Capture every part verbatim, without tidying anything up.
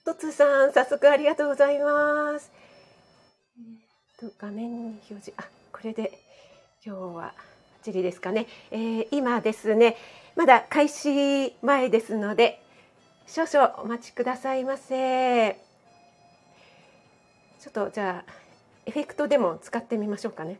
トツさん、早速ありがとうございます。えー、と画面表示、あ、これで今日はバッチリですかね。えー、今ですね、まだ開始前ですので、少々お待ちくださいませ。ちょっとじゃあエフェクトでも使ってみましょうかね。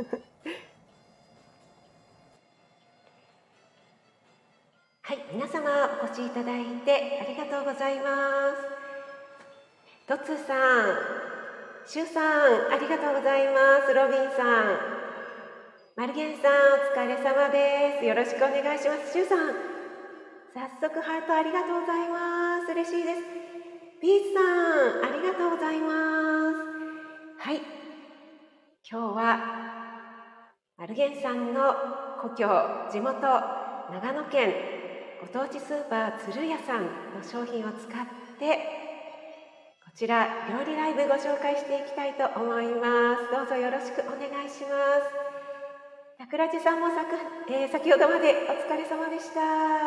はい、皆様お越しいただいてありがとうございます。トツさん、シュウさん、ありがとうございます。ロビンさん、マルゲンさん、お疲れ様です。よろしくお願いします。シュウさん、早速ハートありがとうございます。嬉しいです。ピースさん、ありがとうございます。はい、今日はマルゲンさんの故郷、地元長野県ご当地スーパー鶴屋さんの商品を使ってこちら料理ライブご紹介していきたいと思います。どうぞよろしくお願いします。桜地さんもさく、えー、先ほどまでお疲れ様でした。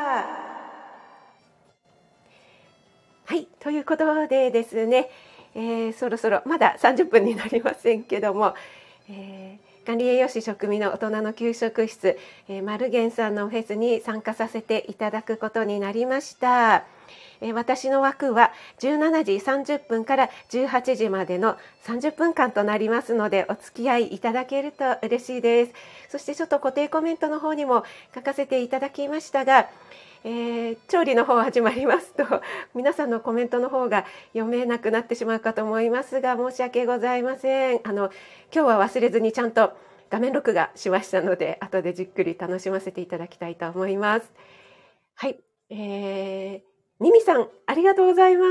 はい、ということでですね、えー、そろそろまださんじゅっぷんになりませんけども、えー管理栄養士食味の大人の給食室、えー、マルゲンさんのフェスに参加させていただくことになりました。えー、私の枠はじゅうしちじさんじゅっぷんからじゅうはちじまでのさんじゅっぷんかんとなりますので、お付き合いいただけると嬉しいです。そしてちょっと固定コメントの方にも書かせていただきましたが、えー、調理の方始まりますと皆さんのコメントの方が読めなくなってしまうかと思いますが、申し訳ございません。あの今日は忘れずにちゃんと画面録画しましたので、後でじっくり楽しませていただきたいと思います。はい、えー、ミミさんありがとうございます。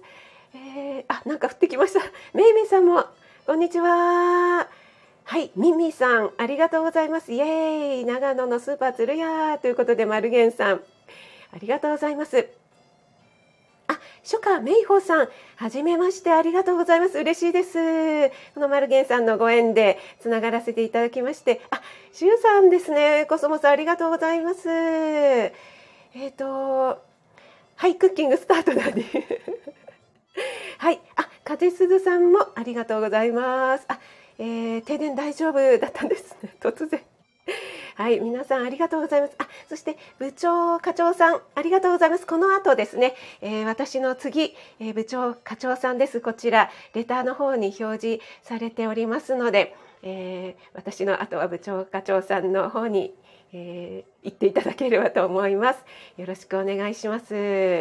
えー、あ、なんか降ってきました。メイメイさんもこんにちは。はい、ミミさんありがとうございます。イエーイ、長野のスーパー鶴屋ということで、マルゲンさんありがとうございます。あ、初夏めいほさん、はじめまして、ありがとうございます。嬉しいです。このマルゲンさんのご縁でつながらせていただきまして、あ、しゅうさんですね。コスモスありがとうございます。えっと、はい、クッキングスタートだね。はい、あ、風鈴さんもありがとうございます。あ、えー、停電大丈夫だったんですね。突然。はい、皆さんありがとうございます。あ、そして部長課長さんありがとうございます。この後ですね、えー、私の次、えー、部長課長さんです。こちらレターの方に表示されておりますので、えー、私の後は部長課長さんの方に、えー、行っていただければと思います。よろしくお願いします。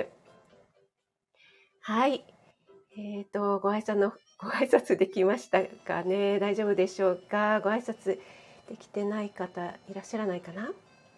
はい、えっとご挨拶のご挨拶できましたかね。大丈夫でしょうか。ご挨拶できてない方いらっしゃらないかな。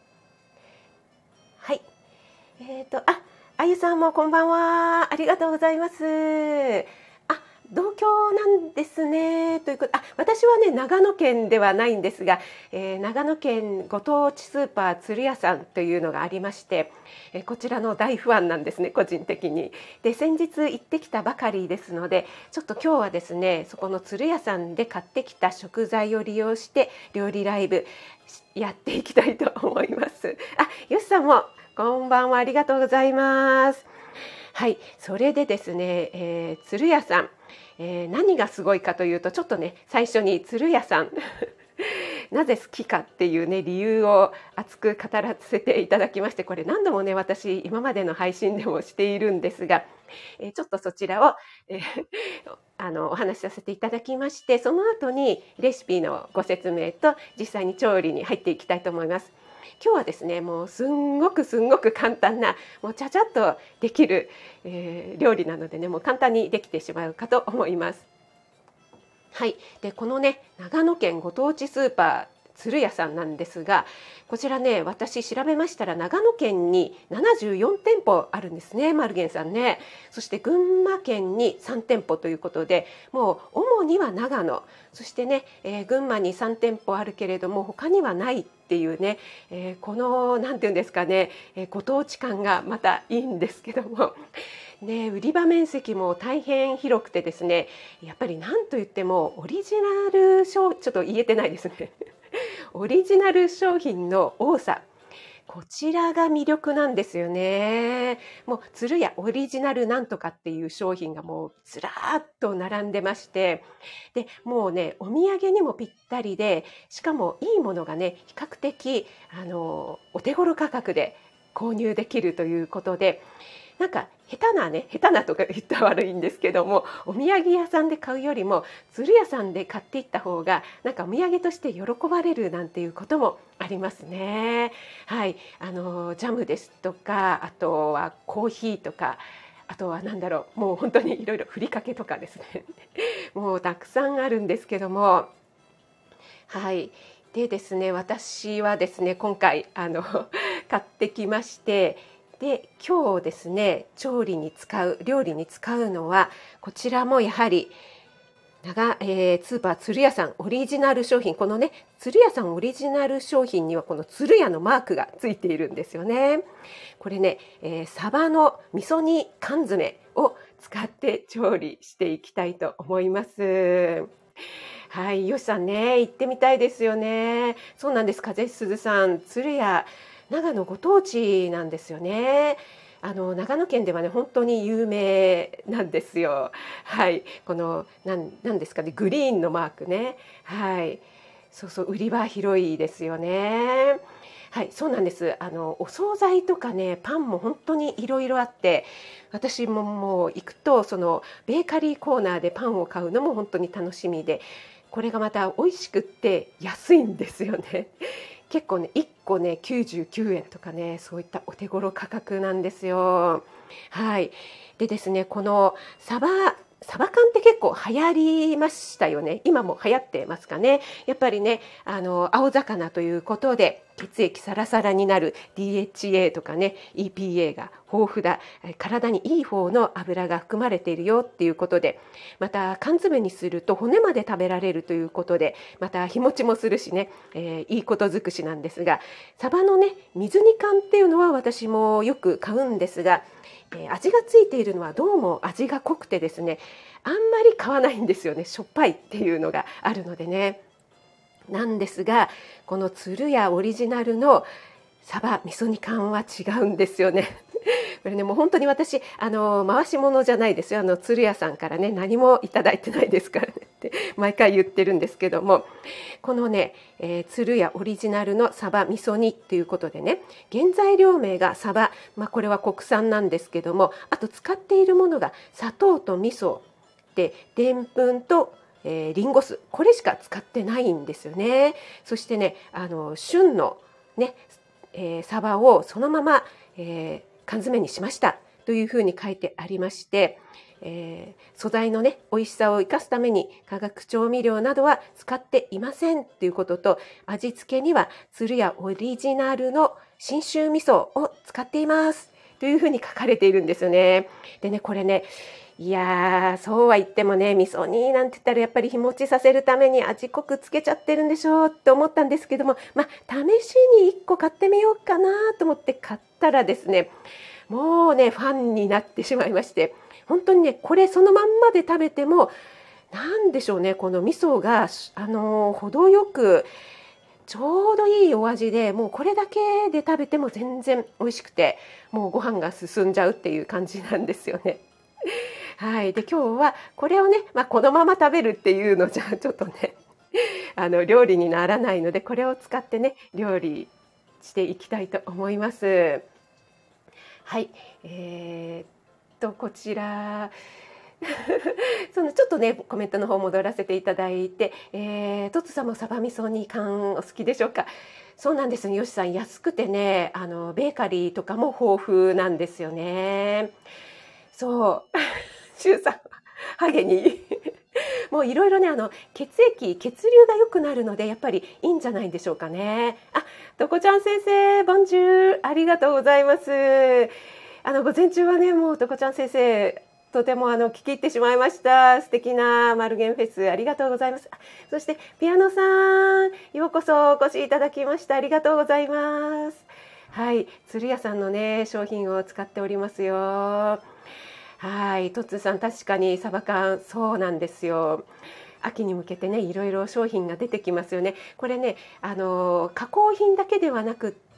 はい。えっ、ー、と、あ、あゆさんもこんばんは。ありがとうございます。あ、同郷なんですね。ということ、あ、私はね、長野県ではないんですが、えー、長野県ご当地スーパー鶴屋さんというのがありまして、えー、こちらの大ファンなんですね、個人的に。で、先日行ってきたばかりですので、ちょっと今日はですね、そこの鶴屋さんで買ってきた食材を利用して料理ライブやっていきたいと思います。あ、よしさんもこんばんは、ありがとうございます。はい、それでですね、えー、鶴屋さん、えー、何がすごいかというと、ちょっとね、最初に鶴屋さんなぜ好きかっていうね、理由を熱く語らせていただきまして、これ何度もね、私今までの配信でもしているんですが、えー、ちょっとそちらを、えー、あのお話しさせていただきまして、その後にレシピのご説明と実際に調理に入っていきたいと思います。今日はですね、もうすんごくすんごく簡単な、もうちゃちゃっとできる、えー、料理なのでね、もう簡単にできてしまうかと思います。はい、でこのね、長野県ご当地スーパー鶴屋さんなんですが、こちらね、私調べましたら長野県にななじゅうよんてんぽあるんですね、マルゲンさんね。そして群馬県にさんてんぽということで、もう主には長野、そしてね、えー、群馬にさんてんぽあるけれども他にはないっていうね、えー、このなんていうんですかね、えー、ご当地感がまたいいんですけどもね、売り場面積も大変広くてですね、やっぱり何と言ってもオリジナル商ちょっと言えてないですねオリジナル商品の多さ、 こちらが魅力なんですよね。もう鶴屋オリジナルなんとかっていう商品がもうずらーっと並んでまして、で、もうね、お土産にもぴったりで、しかもいいものがね、比較的あのお手頃価格で購入できるということで、なんか下手なね、下手なとか言ったら悪いんですけども、お土産屋さんで買うよりも鶴屋さんで買っていった方がなんかお土産として喜ばれるなんていうこともありますね。はい、あのジャムですとか、あとはコーヒーとか、あとは何だろう、もう本当にいろいろふりかけとかですねもうたくさんあるんですけども、はい。でですね、私はですね、今回あの買ってきまして、で、今日ですね、調理に使う、料理に使うのは、こちらもやはり長、えースーパー鶴屋さんオリジナル商品、このね、鶴屋さんオリジナル商品にはこの鶴屋のマークがついているんですよね。これね、えーサバの味噌煮缶詰を使って調理していきたいと思います。はい、よしさんね、行ってみたいですよね。そうなんです。風鈴さん、鶴屋、長野ご当地なんですよね。あの長野県ではね、本当に有名なんですよ。はい、このなんなんですかね、グリーンのマークね。はい、そうそう、売り場広いですよね。はい、そうなんです。あのお惣菜とかね、パンも本当にいろいろあって、私ももう行くとそのベーカリーコーナーでパンを買うのも本当に楽しみで、これがまた美味しくって安いんですよね。結構ね、いっこねきゅうじゅうきゅうえんとかね、そういったお手頃価格なんですよ。はい。でですね、このサバサバ缶って結構流行りましたよね。今も流行ってますかね。やっぱりね、あの青魚ということで血液サラサラになる ディーエイチエー とかね、 イーピーエー が豊富だ、体にいい方の油が含まれているよっていうことで、また缶詰にすると骨まで食べられるということで、また日持ちもするしね、えーいいこと尽くしなんですが、サバのね、水煮缶っていうのは私もよく買うんですが、えー味がついているのはどうも味が濃くてですね、あんまり買わないんですよね。しょっぱいっていうのがあるのでね。なんですが、この鶴屋オリジナルのサバ味噌煮缶は違うんですよね。これね、もう本当に私あの回し物じゃないですよ。あの鶴屋さんからね、何もいただいてないですからねって毎回言ってるんですけども、このね、えー、鶴屋オリジナルのサバ味噌煮っていうことでね、原材料名がサバ、まあ、これは国産なんですけども、あと使っているものが砂糖と味噌で、でんぷんとえー、リンゴ酢、これしか使ってないんですよね。そしてね、あの旬のね、えー、サバをそのまま、えー、缶詰にしましたというふうに書いてありまして、えー、素材のね、美味しさを生かすために化学調味料などは使っていませんということと、味付けには鶴屋オリジナルの信州味噌を使っていますというふうに書かれているんですよね。でね、これね、いやー、そうは言ってもね、味噌煮なんて言ったらやっぱり日持ちさせるために味濃くつけちゃってるんでしょうって思ったんですけども、まあ試しにいっこ買ってみようかなと思って買ったらですね、もうねファンになってしまいまして、本当にね、これそのまんまで食べてもなんでしょうね、この味噌があのー、程よくちょうどいいお味で、もうこれだけで食べても全然美味しくて、もうご飯が進んじゃうっていう感じなんですよね。はい、で今日はこれをね、まあ、このまま食べるっていうのじゃちょっとねあの料理にならないので、これを使ってね料理していきたいと思います。はい、えー、っとこちらそのちょっとねコメントの方戻らせていただいて、えー、トツさんもサバ味噌煮缶お好きでしょうか。そうなんですね、よしさん、安くてね、あのベーカリーとかも豊富なんですよね。そうシュウさん、ハゲにもういろいろね、あの血液血流が良くなるのでやっぱりいいんじゃないでしょうかね。あ、とこちゃん先生、ボンジュール、ありがとうございます。あの午前中はね、もうとこちゃん先生とてもあの聞き入ってしまいました。素敵なマルゲンフェスありがとうございます。そしてピアノさん、ようこそお越しいただきました。ありがとうございます。はい、鶴屋さんのね商品を使っておりますよ。はい、トッツーさん、確かにサバ缶、そうなんですよ。秋に向けてね、いろいろ商品が出てきますよね。これね、あの加工品だけではなくって、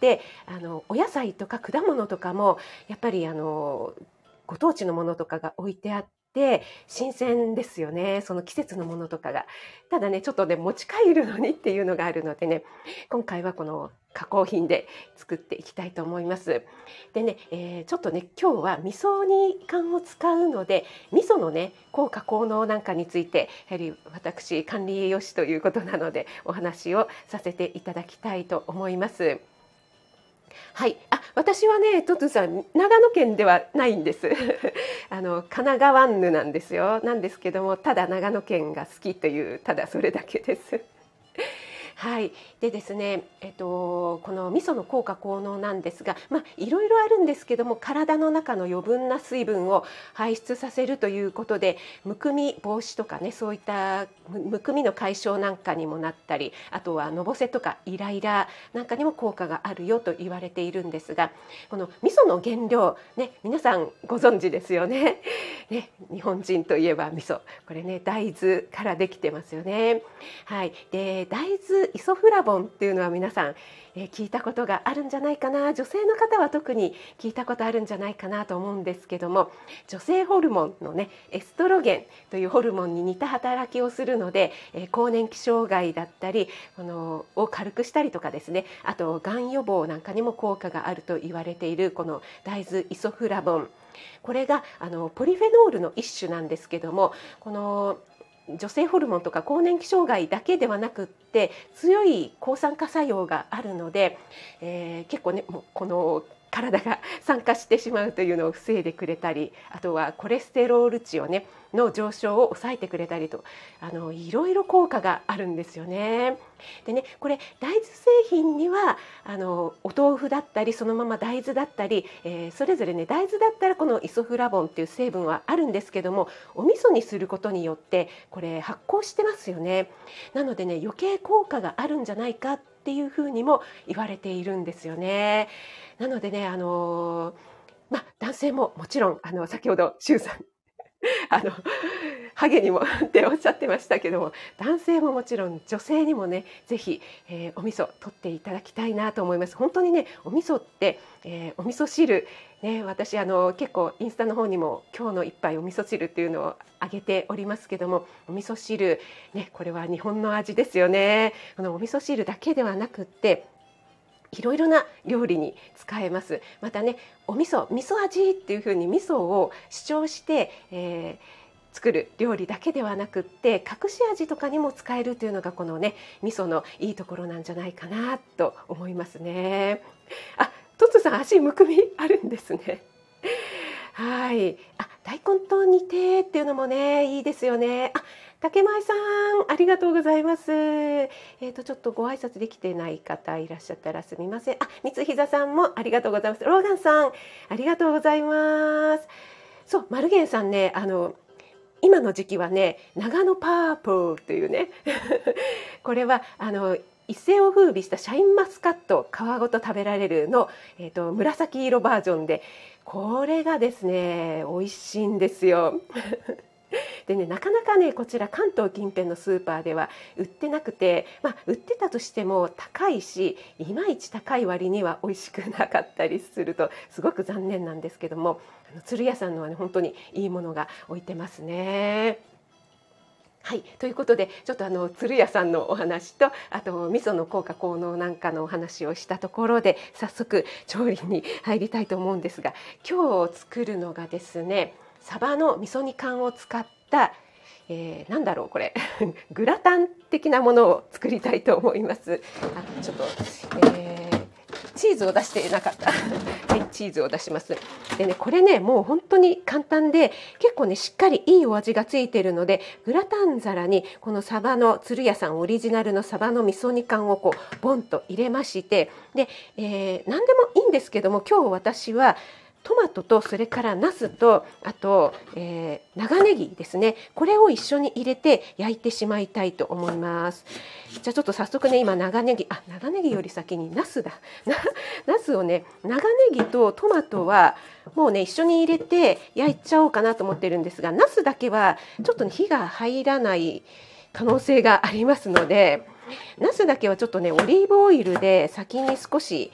ってあのお野菜とか果物とかもやっぱりあのご当地のものとかが置いてあって新鮮ですよね。その季節のものとかが。ただねちょっとね持ち帰るのにっていうのがあるのでね、今回はこの加工品で作っていきたいと思います。でね、えーちょっとね今日は味噌煮缶を使うので、味噌のね効果効能なんかについてやはり私管理栄養士ということなのでお話をさせていただきたいと思います。はい、あ、私はね、トトさん、長野県ではないんです。あの神奈川ぬなんですよ。なんですけども、ただ長野県が好きというただそれだけです。はい、でですね、えっと、この味噌の効果効能なんですが、まあ、いろいろあるんですけども、体の中の余分な水分を排出させるということで、むくみ防止とかね、そういったむむくみの解消なんかにもなったり、あとはのぼせとかイライラなんかにも効果があるよと言われているんですが、この味噌の原料、ね、皆さんご存知ですよね。ね、日本人といえば味噌、これね大豆からできてますよね。はい、で大豆イソフラボンっていうのは皆さん、えー聞いたことがあるんじゃないかな。女性の方は特に聞いたことあるんじゃないかなと思うんですけども、女性ホルモンのねエストロゲンというホルモンに似た働きをするので、えー更年期障害だったりこのを軽くしたりとかですね、あとがん予防なんかにも効果があると言われているこの大豆イソフラボン、これがあのポリフェノールの一種なんですけども、この女性ホルモンとか更年期障害だけではなくって強い抗酸化作用があるので、えー結構ねもうこの体が酸化してしまうというのを防いでくれたり、あとはコレステロール値をねの上昇を抑えてくれたりと、あのいろいろ効果があるんですよね。でね、これ大豆製品にはあのお豆腐だったりそのまま大豆だったり、えーそれぞれね大豆だったらこのイソフラボンっていう成分はあるんですけども、お味噌にすることによってこれ発酵してますよね。なのでね余計効果があるんじゃないかっていうふうにも言われているんですよね。なのでね、あのーまあ、男性ももちろんあの先ほど周さんあのハゲにもっておっしゃってましたけども、男性ももちろん女性にもねぜひ、えーお味噌取っていただきたいなと思います。本当にねお味噌って、えーお味噌汁ね、私あの結構インスタの方にも今日の一杯お味噌汁っていうのをあげておりますけども、お味噌汁ねこれは日本の味ですよね。このお味噌汁だけではなくっていろいろな料理に使えます。またねお味噌味噌味っていう風に味噌を主張して、えー作る料理だけではなくって隠し味とかにも使えるというのがこのね味噌のいいところなんじゃないかなと思いますね。あ、トッツさん足むくみあるんですね。はい。あ、大根と煮てっていうのもねいいですよね。あ、竹前さんありがとうございます。えっとちょっとご挨拶できてない方いらっしゃったらすみません。あ、三ひざさんもありがとうございます。ローガンさんありがとうございます。そう、マルゲンさんね、あの今の時期はね長野パープルというねこれはあの一世を風靡したシャインマスカット皮ごと食べられるの、えーと、紫色バージョンで、これがですね美味しいんですよ。でね、なかなかねこちら関東近辺のスーパーでは売ってなくて、まあ、売ってたとしても高いしいまいち高い割には美味しくなかったりするとすごく残念なんですけども、あの鶴屋さんのはね本当にいいものが置いてますね。はい、ということでちょっとあの鶴屋さんのお話とあと味噌の効果効能なんかのお話をしたところで早速調理に入りたいと思うんですが、今日作るのがですねサバの味噌煮缶を使った、えー、なんだろうこれグラタン的なものを作りたいと思います。あ、ちょっと、えーチーズを出してなかったはい、チーズを出します。でね、これねもう本当に簡単で結構ねしっかりいいお味がついているので、グラタン皿にこのサバの鶴屋さんオリジナルのサバの味噌煮缶をこうボンと入れまして、で、えー、何でもいいんですけども今日私はトマトとそれからナスとあと、えー、長ネギですね、これを一緒に入れて焼いてしまいたいと思います。じゃあちょっと早速ね今長ネギあ長ネギより先にナスだナスをね長ネギとトマトはもうね一緒に入れて焼いちゃおうかなと思ってるんですが、ナスだけはちょっと、ね、火が入らない可能性がありますので、ナスだけはちょっとねオリーブオイルで先に少し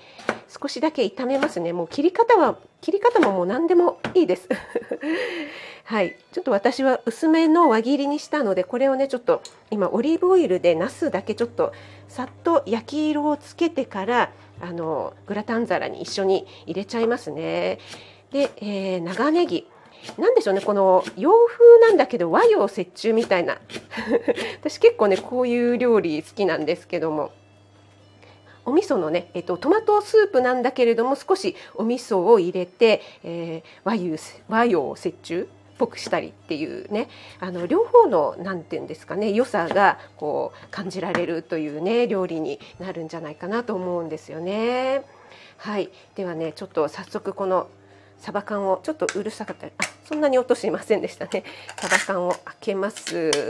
少しだけ炒めますね。もう切り方は、切り方ももう何でもいいです。はい。ちょっと私は薄めの輪切りにしたので、これをね、ちょっと今オリーブオイルでナスだけちょっとさっと焼き色をつけてから、あの、グラタン皿に一緒に入れちゃいますね。で、えー、長ネギ。なんでしょうね、この洋風なんだけど和洋折衷みたいな私結構ねこういう料理好きなんですけども、お味噌のね、えっと、トマトスープなんだけれども少しお味噌を入れて、えー、和洋和洋折衷っぽくしたりっていうね、あの両方のなんていうんですかね、良さがこう感じられるというね料理になるんじゃないかなと思うんですよね。はい、ではねちょっと早速このサバ缶をちょっとうるさかったり、あ、そんなに音しませんでしたね。サバ缶を開けます。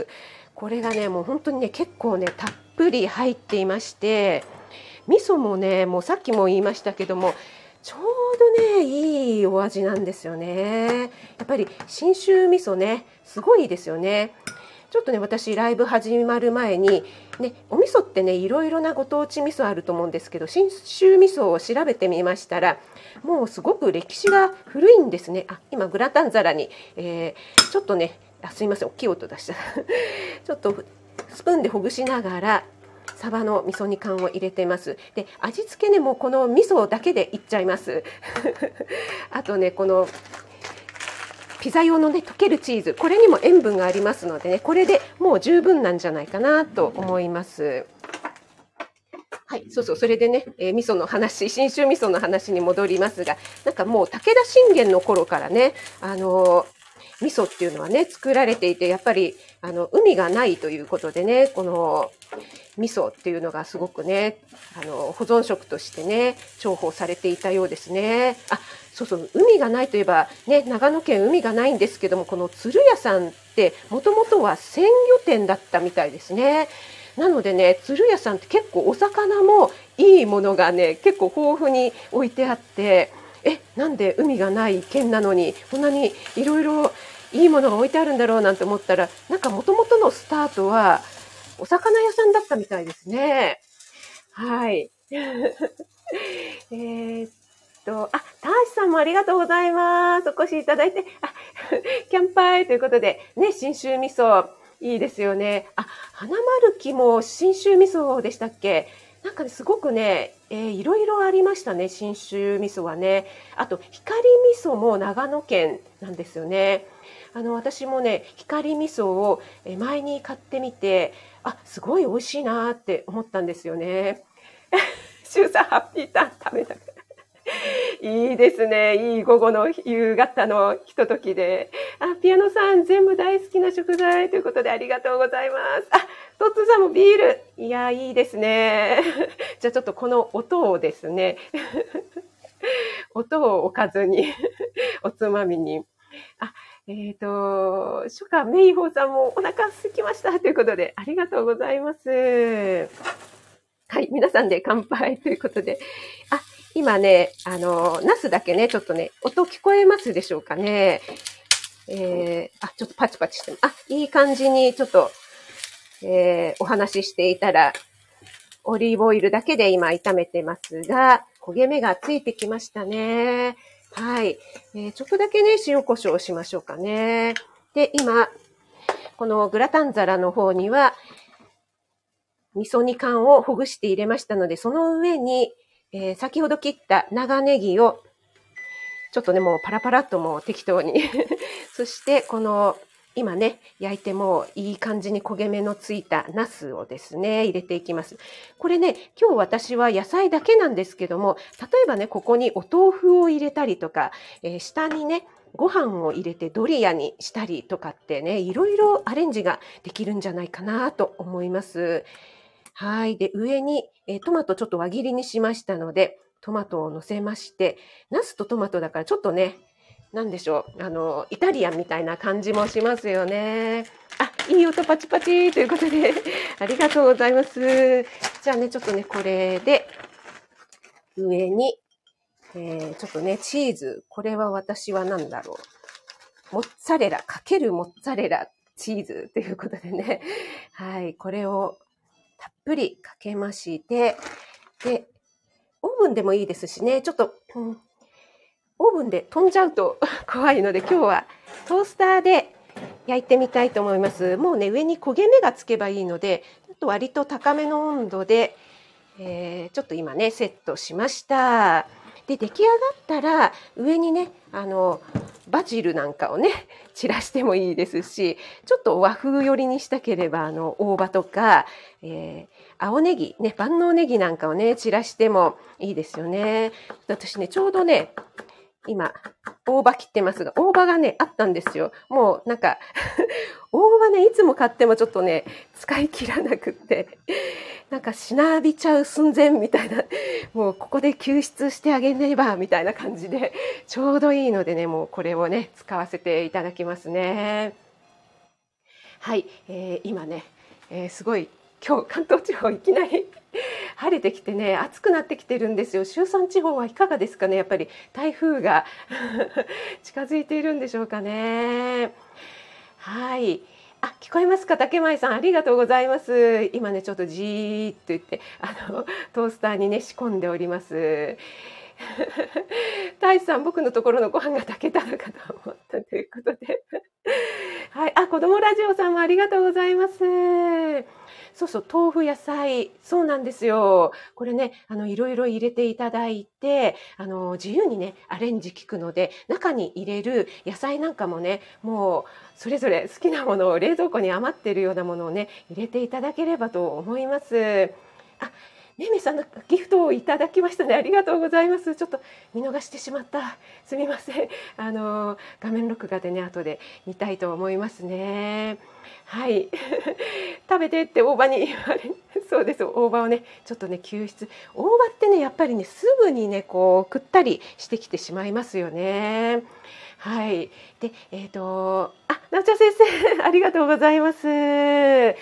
これがねもう本当にね結構ねたっぷり入っていまして、味噌もねもうさっきも言いましたけどもちょうどねいいお味なんですよね。やっぱり信州味噌ねすごいですよね。ちょっとね私ライブ始まる前にね、お味噌ってねいろいろなご当地味噌あると思うんですけど、信州味噌を調べてみましたらもうすごく歴史が古いんですね。あ、今グラタン皿に、えー、ちょっとね、あ、すいません大きい音出したちょっとスプーンでほぐしながらサバの味噌煮缶を入れています。で味付けねもうこの味噌だけでいっちゃいますあとねこのピザ用のね溶けるチーズ、これにも塩分がありますのでね、これでもう十分なんじゃないかなと思います。はい、そうそう、それでね、えー、味噌の話、信州味噌の話に戻りますが、なんかもう武田信玄の頃からね、あのー、味噌っていうのはね作られていて、やっぱりあの海がないということでね、この味噌っていうのがすごくね、あの保存食としてね重宝されていたようですね。あ、そうそう、海がないといえばね、長野県海がないんですけども、この鶴屋さんってもともとは鮮魚店だったみたいですね。なのでね、鶴屋さんって結構お魚もいいものがね結構豊富に置いてあって、え、なんで海がない県なのにこんなにいろいろいいものが置いてあるんだろうなんて思ったら、なんかもともとのスタートはお魚屋さんだったみたいですね。はい。えーっと、あ、たーしさんもありがとうございます。お越しいただいて、あ、キャンパイということで、ね、信州味噌、いいですよね。あ、花丸木も信州味噌でしたっけ？なんかね、すごくね、えーいろいろありましたね、信州味噌はね。あと、光味噌も長野県なんですよね。あの、私もね、光味噌をえー前に買ってみて、あ、すごい美味しいなーって思ったんですよね。シュウさん、ハッピーターン食べた。いいですね。いい午後の夕方のひとときで。あ、ピアノさん、全部大好きな食材ということでありがとうございます。あ、トッツーさんもビール。いや、いいですね。じゃあちょっとこの音をですね、音を置かずにおつまみに。あ、えっ、と、初夏メイホーさんもお腹空きましたということでありがとうございます。はい、皆さんで乾杯ということで。あ、今ね、あの、ナスだけね、ちょっとね、音聞こえますでしょうかね。えー、あ、ちょっとパチパチして、あ、いい感じにちょっと、えー、お話ししていたら、オリーブオイルだけで今炒めてますが、焦げ目がついてきましたね。はい。えー、ちょっとだけね、塩コショウしましょうかね。で、今、このグラタン皿の方には、味噌煮缶をほぐして入れましたので、その上に、えー、先ほど切った長ネギを、ちょっとね、もうパラパラっともう適当に。そして、この、今ね、焼いてもいい感じに焦げ目のついたナスをですね、入れていきます。これね、今日私は野菜だけなんですけども、例えばね、ここにお豆腐を入れたりとか、えー、下にね、ご飯を入れてドリアにしたりとかってね、いろいろアレンジができるんじゃないかなと思います。はい。で、上に、えートマトちょっと輪切りにしましたので、トマトを乗せまして、ナスとトマトだからちょっとね、なんでしょう、あの、イタリアンみたいな感じもしますよね。あ、いい音パチパチということで、ありがとうございます。じゃあね、ちょっとね、これで、上に、えーちょっとね、チーズ。これは私は何だろう。モッツァレラ、かけるモッツァレラチーズということでね。はい、これをたっぷりかけまして、で、 オーブンでもいいですしね、ちょっと、うん、オーブンで飛んじゃうと怖いので、今日はトースターで焼いてみたいと思います。もうね、上に焦げ目がつけばいいので、ちょっと割と高めの温度で、えー、ちょっと今ね、セットしました。で、出来上がったら、上にね、あの、バジルなんかをね、散らしてもいいですし、ちょっと和風寄りにしたければ、あの、大葉とか、えー、青ネギ、ね、万能ネギなんかをね、散らしてもいいですよね。私ね、ちょうどね、今、大葉切ってますが、大葉がね、あったんですよ。もうなんか、大葉ね、いつも買ってもちょっとね、使い切らなくって、なんかしなびちゃう寸前みたいな、もうここで救出してあげねば、みたいな感じで、ちょうどいいのでね、もうこれをね、使わせていただきますね。はい、えー、今ね、えー、すごい、今日関東地方いきなり晴れてきてね、暑くなってきてるんですよ。周産地方はいかがですかね。やっぱり台風が近づいているんでしょうかね。はい。あ、聞こえますか、竹前さん、ありがとうございます。今ね、ちょっとじーっと言って、あの、トースターにね、仕込んでおります。大地さん、僕のところのご飯が炊けたのかと思ったということで。はい。あ、子供ラジオさんもありがとうございます。そうそう、豆腐、野菜、そうなんですよ。これね、あの、いろいろ入れていただいて、あの、自由にね、アレンジ効くので、中に入れる野菜なんかもね、もう、それぞれ好きなものを冷蔵庫に余っているようなものをね、入れていただければと思います。あ、めめさんのギフトをいただきましたね。ありがとうございます。ちょっと見逃してしまった。すみません。あの、画面録画でね、後で見たいと思いますね。はい。食べてって大葉に言われ、そうです。大葉をね、ちょっとね、救出。大葉ってね、やっぱりね、すぐにね、こう、くったりしてきてしまいますよね。はい。で、えっと、あ、なおちゃん先生、ありがとうございます。はい。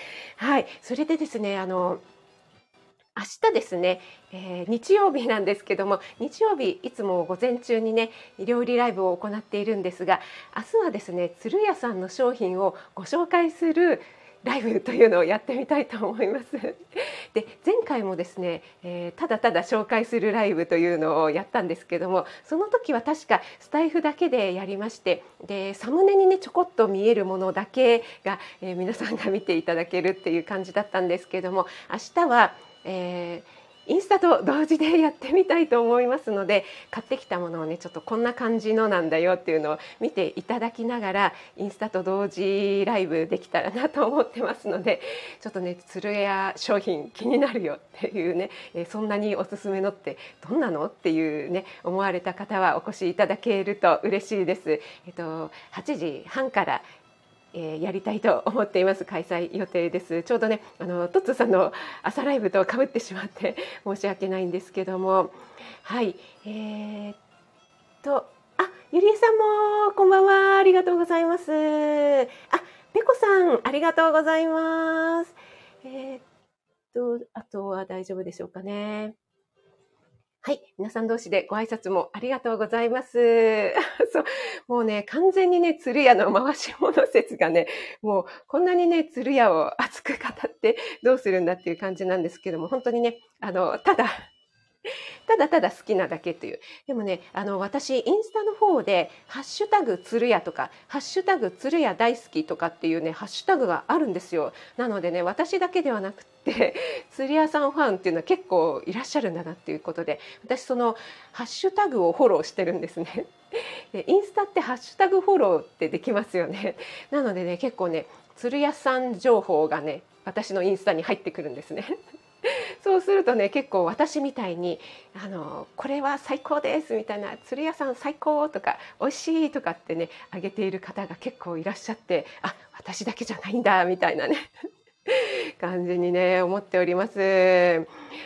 それでですね、あの、明日ですね、えー、日曜日なんですけども、日曜日いつも午前中にね、料理ライブを行っているんですが、明日はですね、鶴屋さんの商品をご紹介するライブというのをやってみたいと思います。で、前回もですね、えー、ただただ紹介するライブというのをやったんですけども、その時は確かスタイフだけでやりまして、で、サムネにね、ちょこっと見えるものだけが、えー、皆さんが見ていただけるっていう感じだったんですけども、明日はえー、インスタと同時でやってみたいと思いますので、買ってきたものをね、ちょっとこんな感じのなんだよっていうのを見ていただきながら、インスタと同時ライブできたらなと思ってますので、ちょっとね、鶴屋商品気になるよっていうね、えー、そんなにおすすめのってどんなのっていうね、思われた方はお越しいただけると嬉しいです。えっと、はちじはんからえー、やりたいと思っています。開催予定です。ちょうどね、あのトッツーさんの朝ライブと被ってしまって申し訳ないんですけども、はい、えー、っと、あ、ゆりえさんもこんばんは、ありがとうございます。あ、ぺこさんありがとうございます。えー、っと、あとは大丈夫でしょうかね。はい。皆さん同士でご挨拶もありがとうございます。そう。もうね、完全にね、鶴屋の回し物説がね、もうこんなにね、鶴屋を熱く語ってどうするんだっていう感じなんですけども、本当にね、あの、ただ、ただただ好きなだけという。でもね、あの、私、インスタの方で、ハッシュタグつるやとか、ハッシュタグつるや大好きとかっていうね、ハッシュタグがあるんですよ。なのでね、私だけではなくて、つるやさんファンっていうのは結構いらっしゃるんだなっていうことで、私そのハッシュタグをフォローしてるんですね。でインスタってハッシュタグフォローってできますよね。なのでね、結構ね、つるやさん情報がね、私のインスタに入ってくるんですね。そうするとね、結構私みたいにあのこれは最高ですみたいな、鶴屋さん最高とか美味しいとかってね、あげている方が結構いらっしゃって、あ、私だけじゃないんだみたいなね感じにね思っております。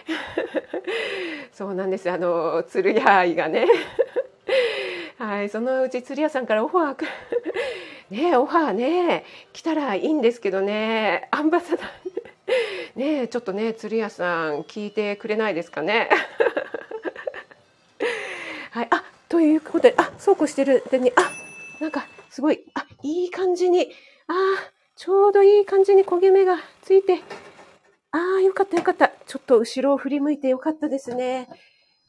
そうなんです。あの鶴屋愛がねはい、そのうち鶴屋さんからオファーね、オファーね来たらいいんですけどね、アンバサダーねえ、ちょっとね、鶴屋さん聞いてくれないですかね。はい、あ、ということで、あ、そうこうしてる間に、あ、なんかすごい、あ、いい感じに、あ、ちょうどいい感じに焦げ目がついて、あ、よかったよかった。ちょっと後ろを振り向いてよかったですね。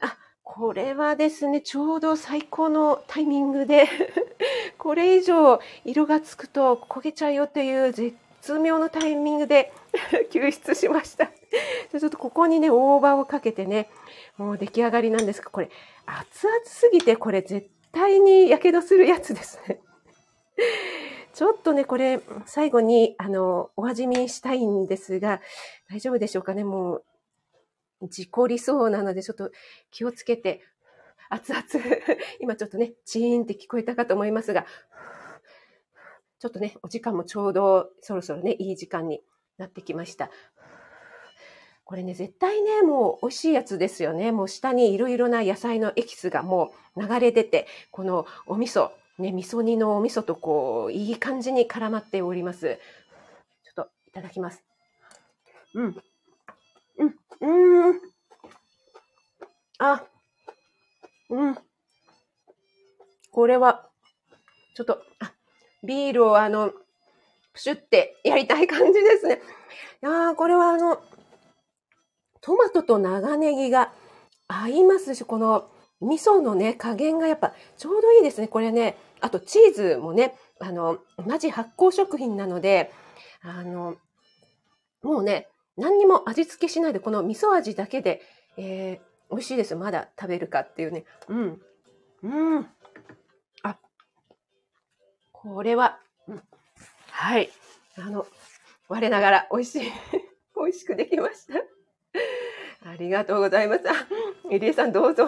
これはですね、ちょうど最高のタイミングでこれ以上色がつくと焦げちゃうよという絶妙のタイミングで救出しました。ちょっとここにね、大葉をかけてね、もう出来上がりなんですが、これ熱々すぎてこれ絶対にやけどするやつですね。ちょっとね、これ最後にあのお味見したいんですが、大丈夫でしょうかね。もう事故りそうなのでちょっと気をつけて、熱々今ちょっとねチーンって聞こえたかと思いますが、ちょっとねお時間もちょうどそろそろねいい時間になってきました。これね絶対ねもう美味しいやつですよね。もう下にいろいろな野菜のエキスがもう流れ出て、このお味噌ね、味噌煮のお味噌とこういい感じに絡まっております。ちょっといただきます。うん。うん。うーん。あ、うん。これは、ちょっと、あ、ビールをあの、プシュってやりたい感じですね。いやー、これはあの、トマトと長ネギが合いますし、この味噌のね、加減がやっぱちょうどいいですね。これね、あとチーズもね、あの、同じ発酵食品なので、あの、もうね、何にも味付けしないで、この味噌味だけで、えー、美味しいです。まだ食べるかっていうね。うん。うん。あ、これは、うん、はい。あの、我ながら美味しい。美味しくできました。ありがとうございます。あ、入江さんどうぞ。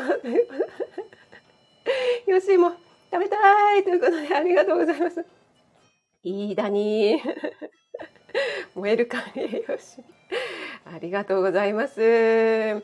よしも食べたいということでありがとうございます。いいだに燃えるかねよし。ありがとうございます。あ、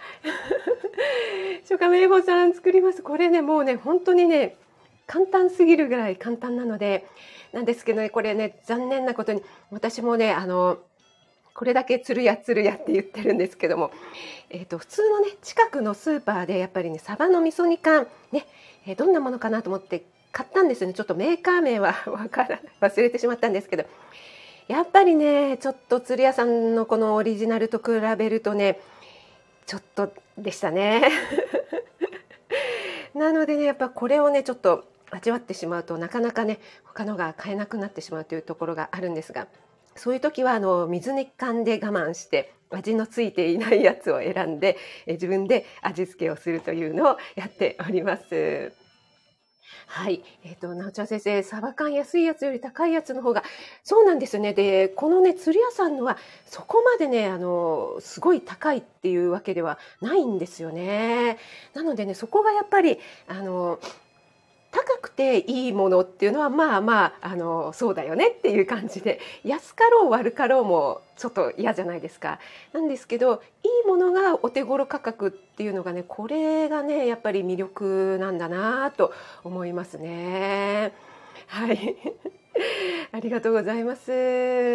初夏名簿さん作ります。これねもうね本当にね簡単すぎるぐらい簡単なのでなんですけどね、これね残念なことに私もねあのこれだけつるやつるやって言ってるんですけども、えーと、普通のね近くのスーパーでやっぱりねサバの味噌煮缶ね、えー、どんなものかなと思って買ったんですよね。ちょっとメーカー名はわからない忘れてしまったんですけど、やっぱりねちょっと鶴屋さんのこのオリジナルと比べるとねちょっとでしたね。なのでねやっぱこれをねちょっと味わってしまうとなかなかね他のが買えなくなってしまうというところがあるんですが、そういう時はあの水煮缶で我慢して味のついていないやつを選んでえ自分で味付けをするというのをやっております。はい、えっ、と、なおちゃん先生、サバ缶安いやつより高いやつの方が、そうなんですよね。で、このね、釣り屋さんのは、そこまでね、あの、すごい高いっていうわけではないんですよね。なのでね、そこがやっぱり、あの、高くていいものっていうのはまあまああのそうだよねっていう感じで、安かろう悪かろうもちょっと嫌じゃないですか。なんですけどいいものがお手頃価格っていうのがね、これがねやっぱり魅力なんだなと思いますね。はいありがとうございます。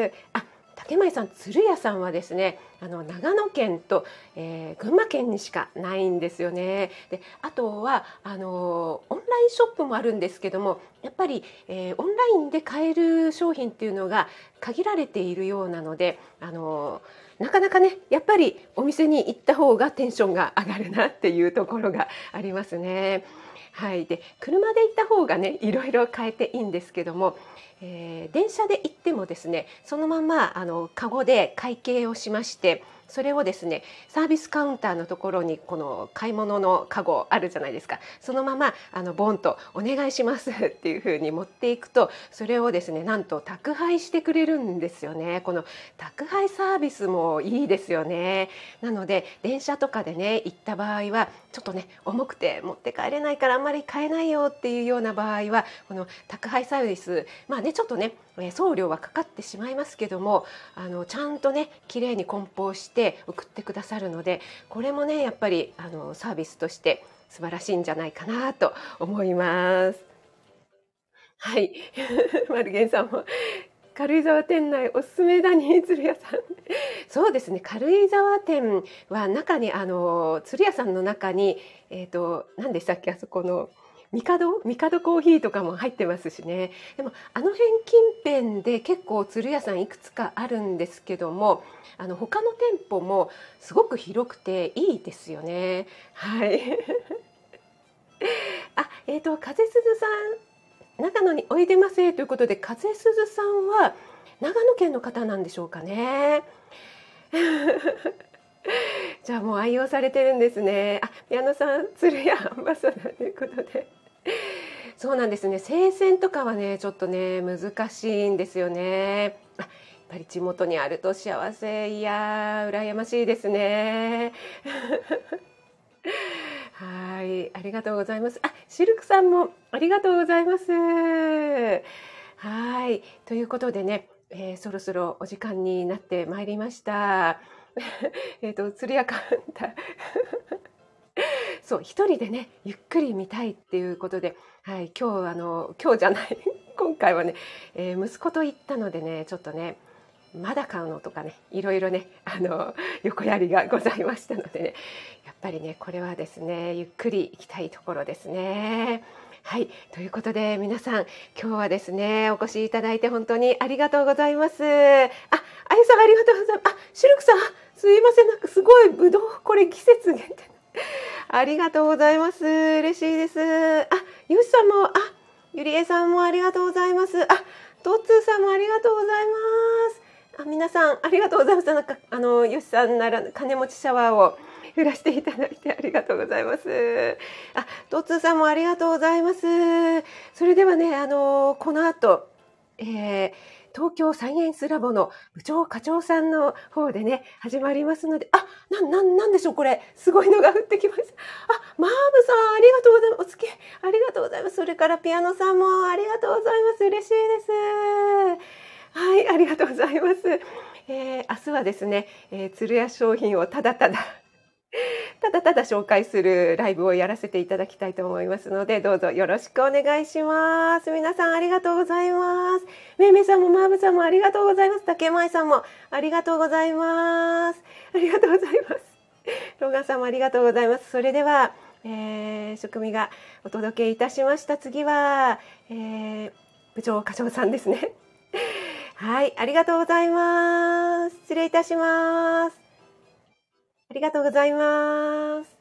あ、竹前さん、鶴屋さんはですね、あの長野県と、えー、群馬県にしかないんですよね。で、あとはあのオンラインショップもあるんですけども、やっぱり、えー、オンラインで買える商品っていうのが限られているようなので、あのなかなかね、やっぱりお店に行った方がテンションが上がるなっていうところがありますね。はい、で車で行った方がねいろいろ買えていいんですけども、えー、電車で行ってもですねそのままあのカゴで会計をしまして、それをですねサービスカウンターのところにこの買い物のカゴあるじゃないですか、そのままあのボンとお願いしますっていう風に持っていくと、それをですねなんと宅配してくれるんですよね。この宅配サービスもいいですよね。なので電車とかでね行った場合はちょっとね重くて持って帰れないからあんまり買えないよっていうような場合はこの宅配サービス、まあねちょっとね送料はかかってしまいますけども、あのちゃんとね綺麗に梱包して送ってくださるので、これもねやっぱりあのサービスとして素晴らしいんじゃないかなと思います。はい、マルゲンさんも軽井沢店内おすすめだに鶴屋さん。そうですね、軽井沢店は中にあの鶴屋さんの中にえっ、ー、と何でしたっけ、あそこのミカドミカドコーヒーとかも入ってますしね。でもあの辺近辺で結構鶴屋さんいくつかあるんですけども、あの他の店舗もすごく広くていいですよね。はい。あ、えっ、と風鈴さん、長野においでますということで、風鈴さんは長野県の方なんでしょうかね。じゃあもう愛用されてるんですね。あ、ピアノさん、鶴屋アンバサダーということで。そうなんですね。生鮮とかはね、ちょっとね、難しいんですよね。あ、やっぱり地元にあると幸せ。いやー、羨ましいですね。はい、ありがとうございます。あ、シルクさんもありがとうございます。はい、ということでね、えーそろそろお時間になってまいりました。えっと、鶴屋カウンター。そう、一人でね、ゆっくり見たいっていうことで、はい、今日あの、今日じゃない、今回はね、えー息子と行ったのでね、ちょっとね、まだ買うのとかね、いろいろね、あの、横やりがございましたのでね、やっぱりね、これはですね、ゆっくり行きたいところですね。はい、ということで皆さん、今日はですね、お越しいただいて本当にありがとうございます。あ、あゆさんありがとうございます。あ、シルクさん、すいません、なんかすごいぶどう、これ季節限定。ありがとうございます。嬉しいです。あ、ゆうしさんも、あ、ゆりえさんもありがとうございます。あ、とつーさんもありがとうございます。あ、皆さんありがとうございます。なんかあのよしさんなら金持ちシャワーを降らしていただいてありがとうございます。あ、とつーさんもありがとうございます。それではね、あのこの後、えー東京サイエンスラボの部長課長さんの方でね始まりますので、あ、な、な、なんでしょうこれ、すごいのが降ってきました。あ、マーブさんありがとうございます。お付き合いありがとうございます。それからピアノさんもありがとうございます。嬉しいです。はい、ありがとうございます。えー明日はですね、えー鶴屋商品をただただただただ紹介するライブをやらせていただきたいと思いますので、どうぞよろしくお願いします。皆さんありがとうございます。めいめいさんもマーブさんもありがとうございます。竹前さんもありがとうございます。ありがとうございます。ローガンさんもありがとうございます。それでは、えー、食味がお届けいたしました。次は、えー、部長課長さんですね。はい、ありがとうございます。失礼いたします。ありがとうございます。